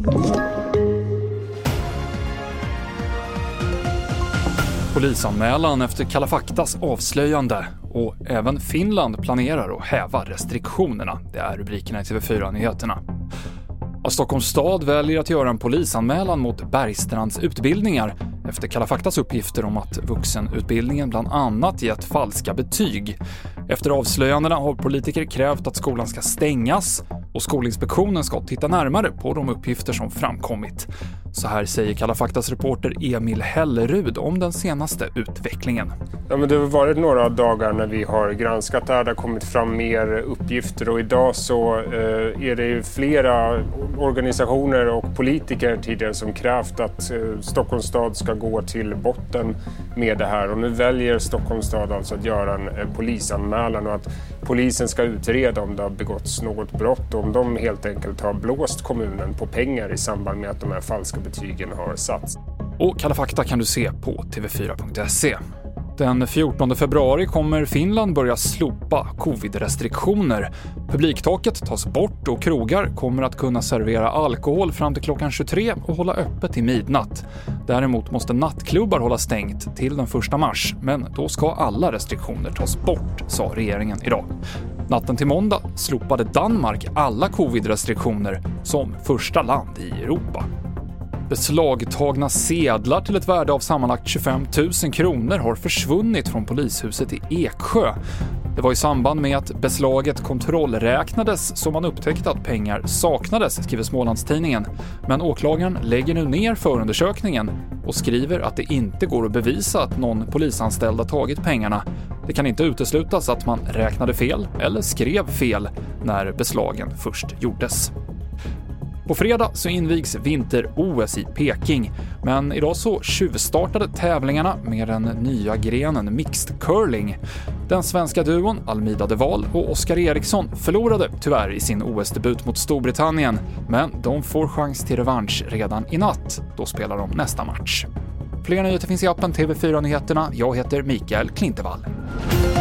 Polisanmälan efter Kalla faktas avslöjande, och även Finland planerar att häva restriktionerna. Det är rubrikerna i TV4-nyheterna. Stockholms stad väljer att göra en polisanmälan mot Bergstrands utbildningar efter Kalla faktas uppgifter om att vuxenutbildningen bland annat gett falska betyg. Efter avslöjandena har politiker krävt att skolan ska stängas, och Skolinspektionen ska titta närmare på de uppgifter som framkommit. Så här säger Kalla faktas reporter Emil Hellerud om den senaste utvecklingen. Ja, men det har varit några dagar när vi har granskat det här. Det har kommit fram mer uppgifter, och idag så är det ju flera organisationer och politiker tidigare som krävt att Stockholms stad ska gå till botten med det här. Och nu väljer Stockholms stad alltså att göra en polisanmälan, och att polisen ska utreda om det har begåtts något brott och om de helt enkelt har blåst kommunen på pengar i samband med att de här falska betygen har satts. Och Kalla fakta kan du se på tv4.se. Den 14 februari kommer Finland börja slopa covid-restriktioner. Publiktaket tas bort och krogar kommer att kunna servera alkohol fram till klockan 23 och hålla öppet till midnatt. Däremot måste nattklubbar hålla stängt till den 1 mars, men då ska alla restriktioner tas bort, sa regeringen idag. Natten till måndag slopade Danmark alla covid-restriktioner som första land i Europa. Beslagtagna sedlar till ett värde av sammanlagt 25 000 kronor har försvunnit från polishuset i Eksjö. Det var i samband med att beslaget kontrollräknades som man upptäckte att pengar saknades, skriver Smålandstidningen. Men åklagaren lägger nu ner förundersökningen och skriver att det inte går att bevisa att någon polisanställd har tagit pengarna. Det kan inte uteslutas att man räknade fel eller skrev fel när beslagen först gjordes. På fredag så invigs vinter-OS i Peking, men idag så tjuvstartade tävlingarna med den nya grenen mixed curling. Den svenska duon Almida de Waal och Oskar Eriksson förlorade tyvärr i sin OS-debut mot Storbritannien, men de får chans till revansch redan i natt. Då spelar de nästa match. Fler nyheter finns i appen TV4 Nyheterna. Jag heter Mikael Klintevall.